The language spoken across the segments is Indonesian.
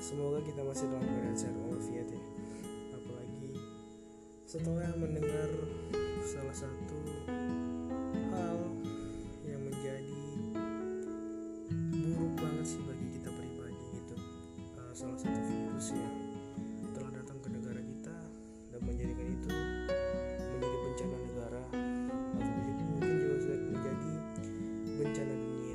Semoga kita masih dalam keadaan sehat walafiat ya. Apalagi setelah mendengar salah satu hal yang menjadi buruk banget sih bagi kita pribadi gitu. Salah satu virus yang telah datang ke negara kita dan menjadikan itu menjadi bencana negara atau mungkin juga sudah menjadi bencana dunia.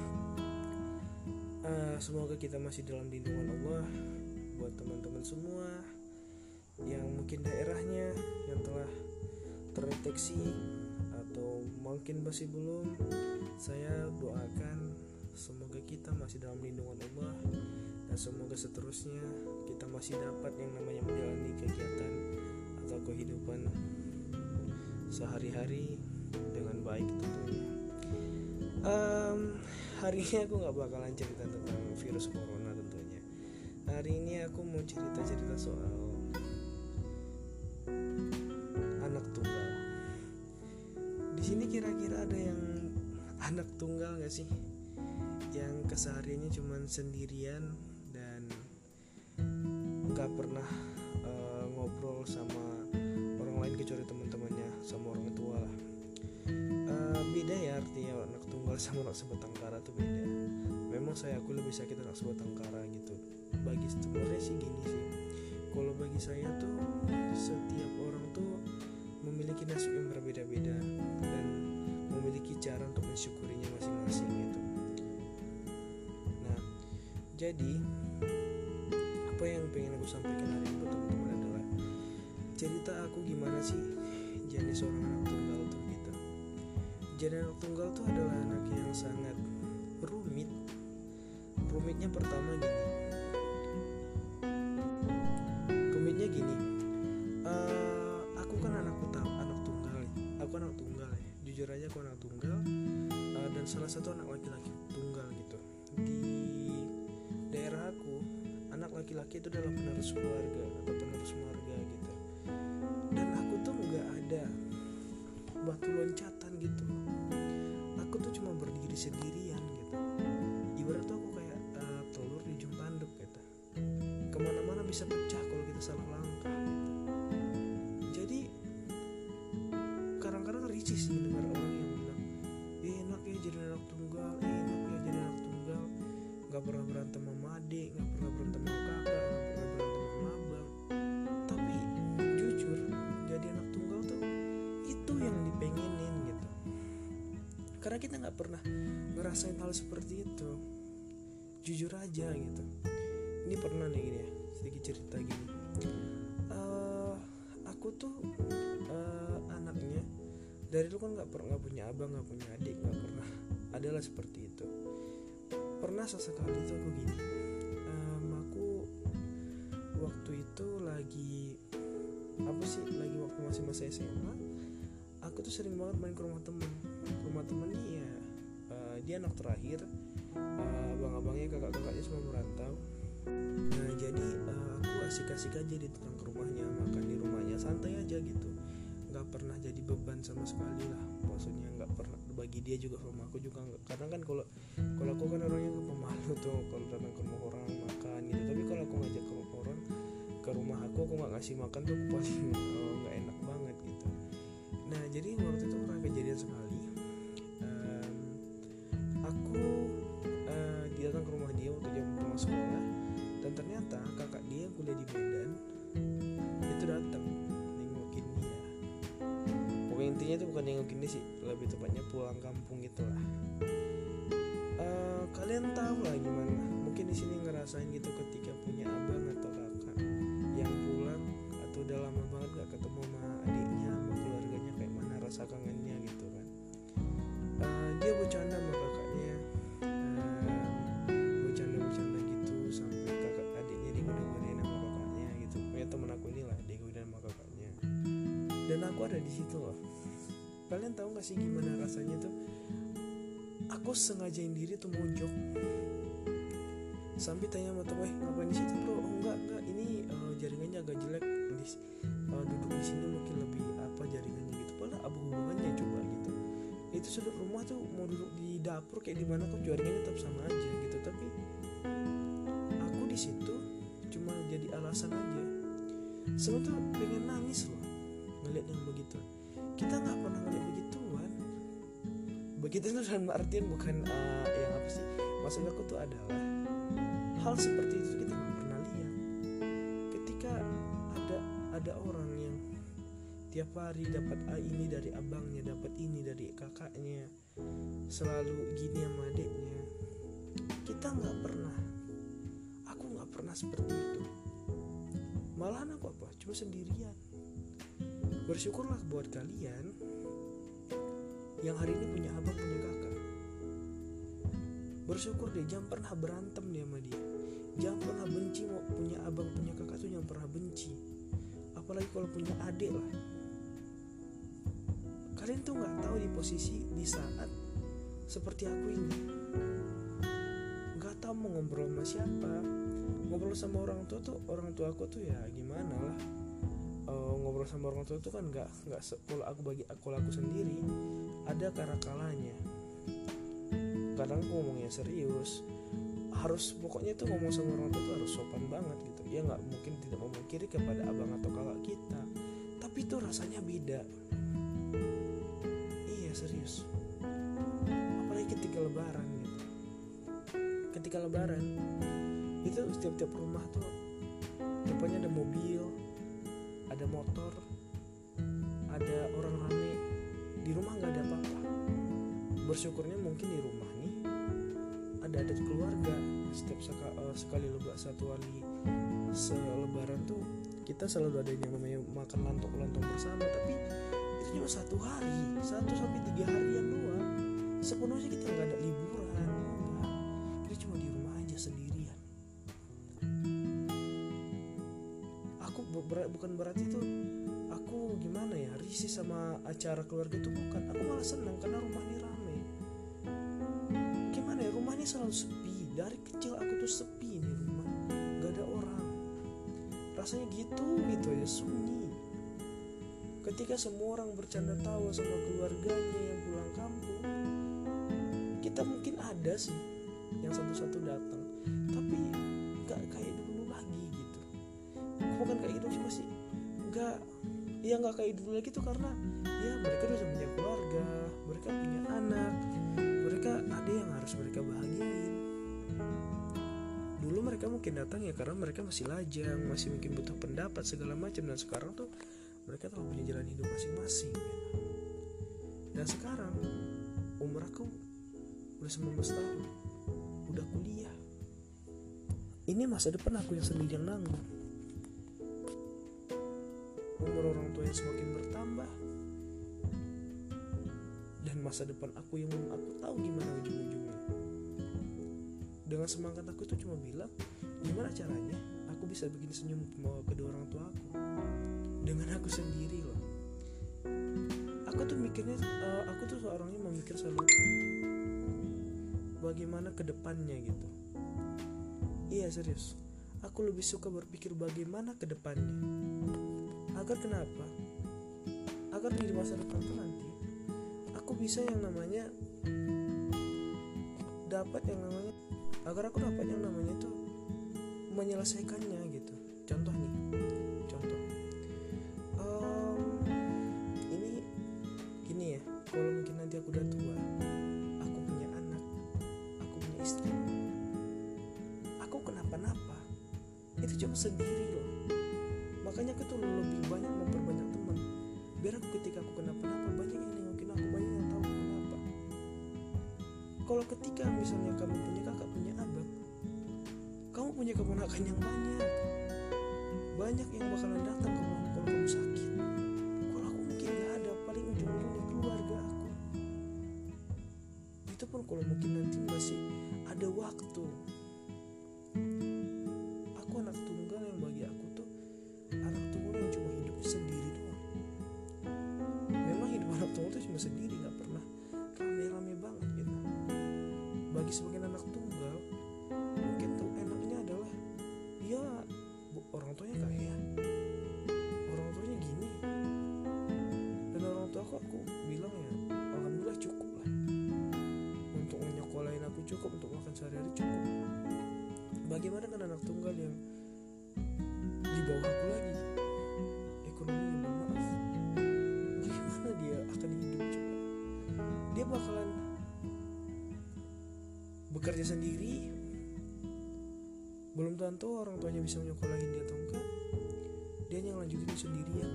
Semoga kita masih dalam lindungan Allah. Buat teman-teman semua yang mungkin daerahnya yang telah terdeteksi atau mungkin masih belum, saya doakan semoga kita masih dalam lindungan Allah dan semoga seterusnya kita masih dapat yang namanya menjalani kegiatan atau kehidupan sehari-hari dengan baik tentunya. Hari ini aku gak bakalan cerita tentang virus corona tentunya. Hari ini aku mau cerita soal anak tunggal. Di sini kira-kira ada yang anak tunggal gak sih? Yang kesehariannya cuman sendirian dan gak pernah ngobrol sama orang lain kecuali teman-temannya sama orang tua lah. Beda ya artinya anak tunggal sama anak sebatang kara tuh beda. Memang saya aku lebih sakit anak sebatang kara gitu. Bagi sebenarnya sih gini sih. Kalau bagi saya tuh setiap orang tuh memiliki nasib yang berbeda-beda dan memiliki cara untuk mensyukurinya masing-masing gitu. Nah, jadi apa yang pengen aku sampaikan hari ini buat teman-teman adalah cerita aku gimana sih jadi seorang anak tunggal tuh gitu. Jadi anak tunggal tuh adalah anak yang sangat rumit. Rumitnya pertama gini. Aku kan anak tunggal. Aku anak tunggal ya. Jujur aja aku anak tunggal dan salah satu anak laki-laki tunggal gitu. Di daerah aku, anak laki-laki itu adalah penerus keluarga atau penerus marga gitu. Dan aku tuh nggak ada batu loncatan gitu. Aku tuh cuma berdiri sendirian gitu. Ibarat tuh aku kayak telur di ujung tanduk gitu. Kemana-mana bisa pecah kalau kita salah langkah gitu. Jadi kadang-kadang risih sih dengar orang yang bilang enak ya jadi anak tunggal, enak ya jadi anak tunggal, gak pernah berantem sama adik, gak pernah berantem sama kakak, gak pernah berantem sama abang. Tapi jujur jadi anak tunggal tuh itu yang dipengenin gitu. Karena kita gak pernah ngerasain hal seperti itu. Jujur aja gitu. Ini pernah nih gini ya, sedikit cerita gini. Aku tuh anaknya dari dulu kan nggak punya abang, nggak punya adik, nggak pernah adalah seperti itu. Pernah sesekali tuh aku gini. Aku waktu itu lagi waktu masih masa SMA. Aku tuh sering banget main ke rumah temen. Rumah temen nih ya, dia anak terakhir. Abang-abangnya, kakak-kakaknya semua merantau. Nah jadi aku asik-asik aja datang ke rumahnya, makan di rumahnya, santai aja gitu. Gak pernah jadi beban sama sekali lah. Maksudnya gak pernah, bagi dia juga sama aku juga gak. Karena kan kalau aku kan orangnya pemalu tuh kalau datang ke rumah orang makan gitu. Tapi kalau aku ngajak ke orang ke rumah aku gak ngasih makan tuh aku paling gak enak banget gitu. Nah jadi waktu itu pernah kejadian sekali. Aku datang ke rumah dia waktu jam pulang sekolah. Dan ternyata kakak dia yang kuliah di Medan itu datang nengokin dia. Pokoknya intinya itu bukan nengokin dia sih, lebih tepatnya pulang kampung gitulah. Kalian tahu lah gimana? Mungkin di sini ngerasain gitu ketika punya abang atau kakak yang pulang atau udah lama banget gak ketemu sama adiknya, sama keluarganya, kayak mana rasa kangennya gitu kan. Dia bercanda sama kakaknya, bercanda gitu sampai kakak adiknya digodain sama kakaknya gitu. Kayak temen aku inilah digodain sama kakaknya. Dan aku ada di situ loh. Kalian tahu nggak sih gimana rasanya tuh? Aku sengajain diri tuh mojok. Sampai tanya sama temen, ngapain di situ bro? Oh enggak, ini jaringannya agak jelek. Duduk di sini mungkin lebih apa jaringannya gitu. Padahal apa hubungannya coba gitu. Itu sudut rumah tuh mau duduk di dapur kayak di mana kok jaringannya tetap sama aja gitu. Tapi aku di situ alasan aja. Semua tuh pengen nangis loh ngeliat yang begitu. Kita nggak pernah ngeliat begituan. Begitu itu dalam artian bukan yang apa sih, maksud aku tuh adalah hal seperti itu kita nggak pernah lihat. Ketika ada orang yang tiap hari dapat ini dari abangnya, dapat ini dari kakaknya, selalu gini sama adiknya, kita nggak pernah. Aku nggak pernah seperti itu. Malahan aku cuma sendirian. Bersyukurlah buat kalian yang hari ini punya abang, punya kakak. Bersyukur deh, jangan pernah berantem dia sama dia. Jangan pernah benci mau punya abang, punya kakak tuh jangan pernah benci. Apalagi kalau punya adik lah. Kalian tuh nggak tahu di posisi di saat seperti aku ini. Nggak tahu mau ngobrol sama siapa. Ngobrol sama orang tua aku tuh ya gimana lah. Ngobrol sama orang tua tuh kan nggak kalau aku sendiri ada kalanya. Kadang aku ngomongnya serius, harus pokoknya tuh ngomong sama orang tua tuh harus sopan banget gitu. Ya nggak mungkin tidak memungkiri kepada abang atau kakak kita, tapi itu rasanya beda. Iya serius. Apalagi ketika lebaran gitu. Ketika lebaran itu setiap rumah tuh depannya ada mobil, ada motor, ada orang rame. Di rumah nggak ada apa-apa. Bersyukurnya mungkin di rumah nih ada adat keluarga. Setiap sekali satu kali selebaran tuh kita selalu ada yang namanya makan lontong bersama. Tapi itu cuma 1 hari, 1-3 harian doang. Sepenuhnya kita nggak ada liburan, kita cuma di rumah aja sendirian. Aku bukan berarti tuh aku gimana ya risih sama acara keluarga itu, bukan. Aku malah senang karena rumah ini rame. Gimana ya, rumah ini selalu sepi. Dari kecil aku tuh sepi di rumah, gak ada orang. Rasanya gitu aja, sunyi. Ketika semua orang bercanda tawa sama keluarganya yang pulang kampung, kita mungkin ada sih yang satu-satu datang, tapi gak kayak dulu lagi gitu. Bukan kayak dulu cuma sih nggak kayak dulu lagi tuh, karena ya mereka udah punya keluarga, mereka punya anak, mereka ada yang harus mereka bahagiain. Dulu mereka mungkin datang ya karena mereka masih lajang, masih mungkin butuh pendapat segala macam, dan sekarang tuh mereka telah punya jalan hidup masing-masing gitu. Dan sekarang umur aku udah 19 tahun, udah kuliah. Ini masa depan aku yang sendiri yang nanggung. Umur orang tua yang semakin bertambah, dan masa depan aku yang belum aku tahu gimana ujung-ujungnya. Dengan semangat aku tuh cuma bilang, gimana caranya aku bisa bikin senyum kedua orang tua aku dengan aku sendiri loh. Aku tuh mikirnya, aku tuh orangnya memikir selalu bagaimana ke depannya gitu. Iya serius, aku lebih suka berpikir bagaimana ke depannya. Agar kenapa? Agar di masa depan tuh nanti aku bisa yang namanya agar aku dapat yang namanya tuh menyelesaikannya gitu. Contoh ini gini ya, kalau mungkin nanti aku udah tua, aku punya anak, aku punya istri, aku kenapa-napa itu cuma sendiri loh. Makanya aku tuh lebih banyak memperbanyak teman, biar aku ketika aku kenapa-napa banyak yang nengokin aku, banyak yang tahu kenapa. Kalau ketika misalnya kamu punya kakak, punya abang, kamu punya keponakan yang banyak yang bakalan datang ke kamu kalau kamu sakit. Kalau aku mungkin nggak ada, paling ujung-ujungnya keluarga aku. Itu pun kalau mungkin nanti masih ada waktu. Aku anak tunggal yang bagi aku tuh anak tunggal yang cuma hidup sendiri doang. Memang hidup anak tunggal tuh cuma sendiri, nggak pernah rame-rame banget gitu. Bagi sebagian anak tunggal mungkin tuh enaknya adalah ya orang tuanya kaya, orang tuanya gini, dan orang tua aku bilang ya alhamdulillah cukup lah untuk menyekolahin aku, cukup untuk makan sehari-hari, cukup. Bagaimana kan anak tunggal yang di bawah aku lagi, ekonominya mohon maaf, gimana dia akan hidup coba? Dia bakalan bekerja sendiri, belum tentu orang tuanya bisa menyekolahin dia atau enggak, dia yang lanjutin sendirian.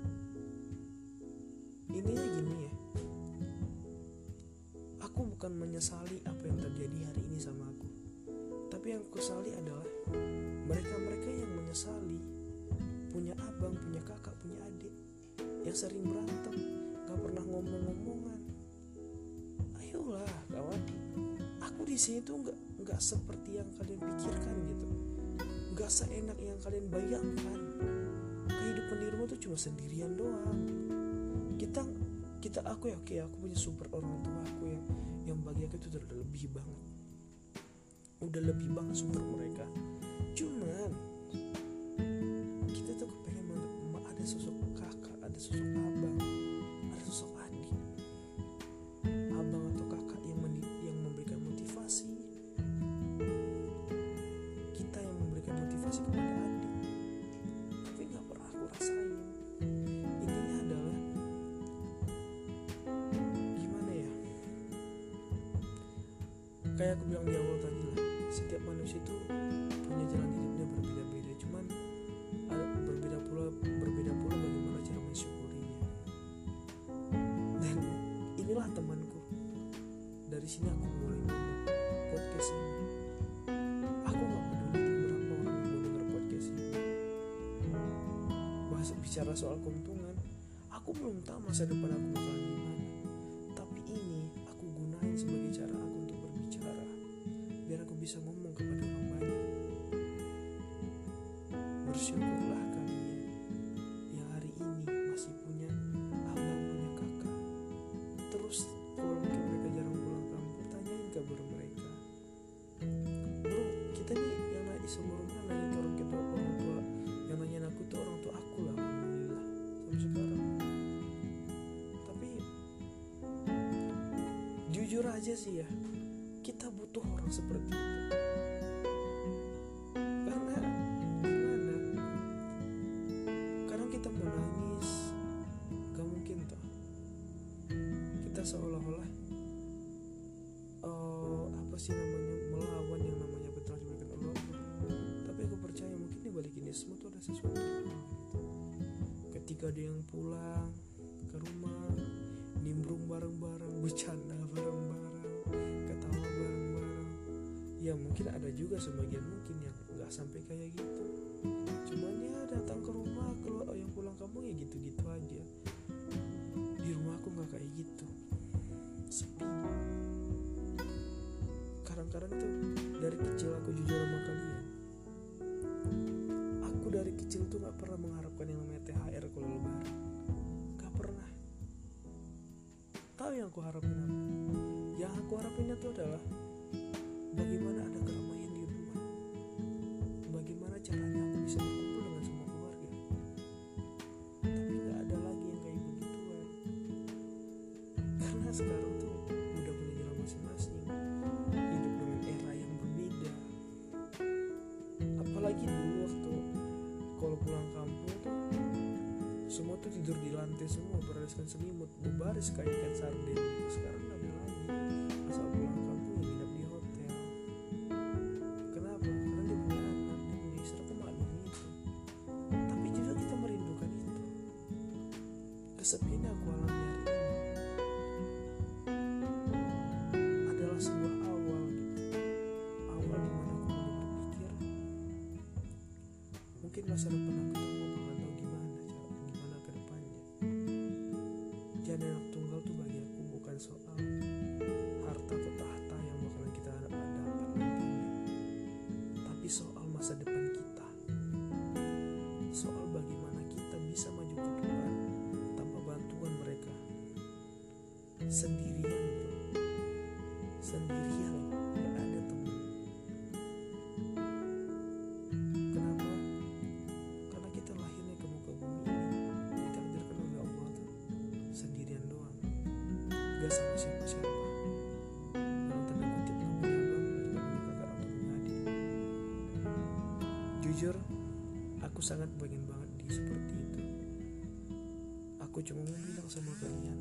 Intinya gini ya, aku bukan menyesali apa yang terjadi hari ini sama aku, tapi yang aku sesali adalah mereka-mereka yang menyesali punya abang, punya kakak, punya adik yang sering berantem, gak pernah ngomong-ngomongan. Ayolah kawan, aku di sini tuh nggak seperti yang kalian pikirkan gitu, nggak seenak yang kalian bayangkan. Kehidupan di rumah tuh cuma sendirian doang. Kita aku ya, oke, aku punya super orang tua aku yang bagi aku itu udah lebih banget super mereka. Cuman kita tuh kepengen ada sosok kakak, ada sosok abang, ada sosok adik, abang atau kakak yang memberikan motivasi, kita yang memberikan motivasi kepada adik, tapi nggak pernah aku rasain. Intinya adalah gimana ya, kayak aku bilang di awal tadi lah, setiap manusia itu punya jalan hidupnya berbeda-beda, cuman berbeda pula bagaimana cara mensyukurinya. Dan inilah temanku. Dari sini aku mulai ngomong podcast ini. Aku gak peduli berapa orang yang mau denger podcast ini. Bicara soal keuntungan, aku belum tahu masa depan aku bakalan gimana. Tapi ini aku gunain sebagai cara aku untuk berbicara, biar aku bisa ngomong kepada orang banyak. Bersyukurlah kalian yang hari ini masih punya abang, punya kakak. Terus kalau mungkin mereka jarang pulang kampung, tanyain kabar mereka. Bro, kita nih yang naik di semua rumah nanya ke orang tua, yang nanyain aku tuh orang tua aku lah, alhamdulillah sampai sekarang. Tapi jujur aja sih ya, kita butuh orang seperti itu. Karena gimana, kadang kita mau nangis, gak mungkin toh kita seolah-olah apa sih namanya, melawan yang namanya betul diberikan Allah. Tapi aku percaya mungkin di balik ini semua tuh ada sesuatu gitu. Ketika ada yang pulang ke rumah, nimbrung bareng-bareng, bercanda bareng-bareng, ketawa bareng-bareng. Ya mungkin ada juga sebagian mungkin yang nggak sampai kayak gitu, cuman ya datang ke rumah, kalau yang pulang kampung ya gitu-gitu aja. Di rumah aku nggak kayak gitu, sepi. Kadang-kadang tuh dari kecil, aku jujur sama kalian, aku dari kecil tuh nggak pernah mengharapkan yang namanya THR kalau lebaran, nggak pernah. Tahu yang aku harapin apa? Yang aku harapin itu adalah bagaimana ada keramaian di rumah, bagaimana caranya aku bisa berkumpul dengan semua keluarga. Tapi nggak ada lagi yang kayak begituan, karena sekarang tuh udah punya jalan masing-masing, hidup dengan era yang berbeda. Apalagi dulu waktu kalau pulang kampung tuh semua tuh tidur di lantai semua, beralaskan selimut, berbaris kayak ikan sarden gitu. Sekarang nggak ada lagi, asal pulang kampung ya nginep di hotel. Kenapa? Karena dia punya anak, dia punya istri, aku maklum itu. Tapi juga kita merindukan itu. Kesepian yang aku alami hari ini adalah sebuah awal gitu. Awal dimana aku mulai berpikir, mungkin masa depan aku tuh mau bakal tahu gimana ke depannya. Jadi anak tunggal tuh bagi aku bukan soal harta atau tahta yang bakalan kita dapat nantinya, tapi soal masa depan kita, soal bagaimana kita bisa maju ke depan tanpa bantuan mereka. Sendirian bro, sendirian, gak ada teman. Kenapa? Karena kita lahirnya ke muka bumi ini ditakdirkan oleh Allah tuh sendirian doang, gak sama siapa-siapa. Dalam tanda kutip gak punya abang, gak punya kakak atau punya adik. Jujur, aku Aku sangat pengen banget dia seperti itu. Aku cuma mau bilang sama kalian,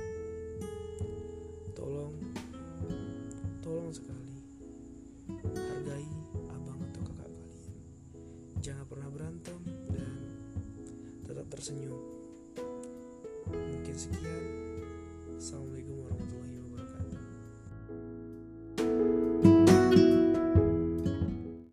tolong sekali hargai abang atau kakak kalian. Jangan pernah berantem dan tetap tersenyum. Mungkin sekian. Assalamualaikum warahmatullahi wabarakatuh.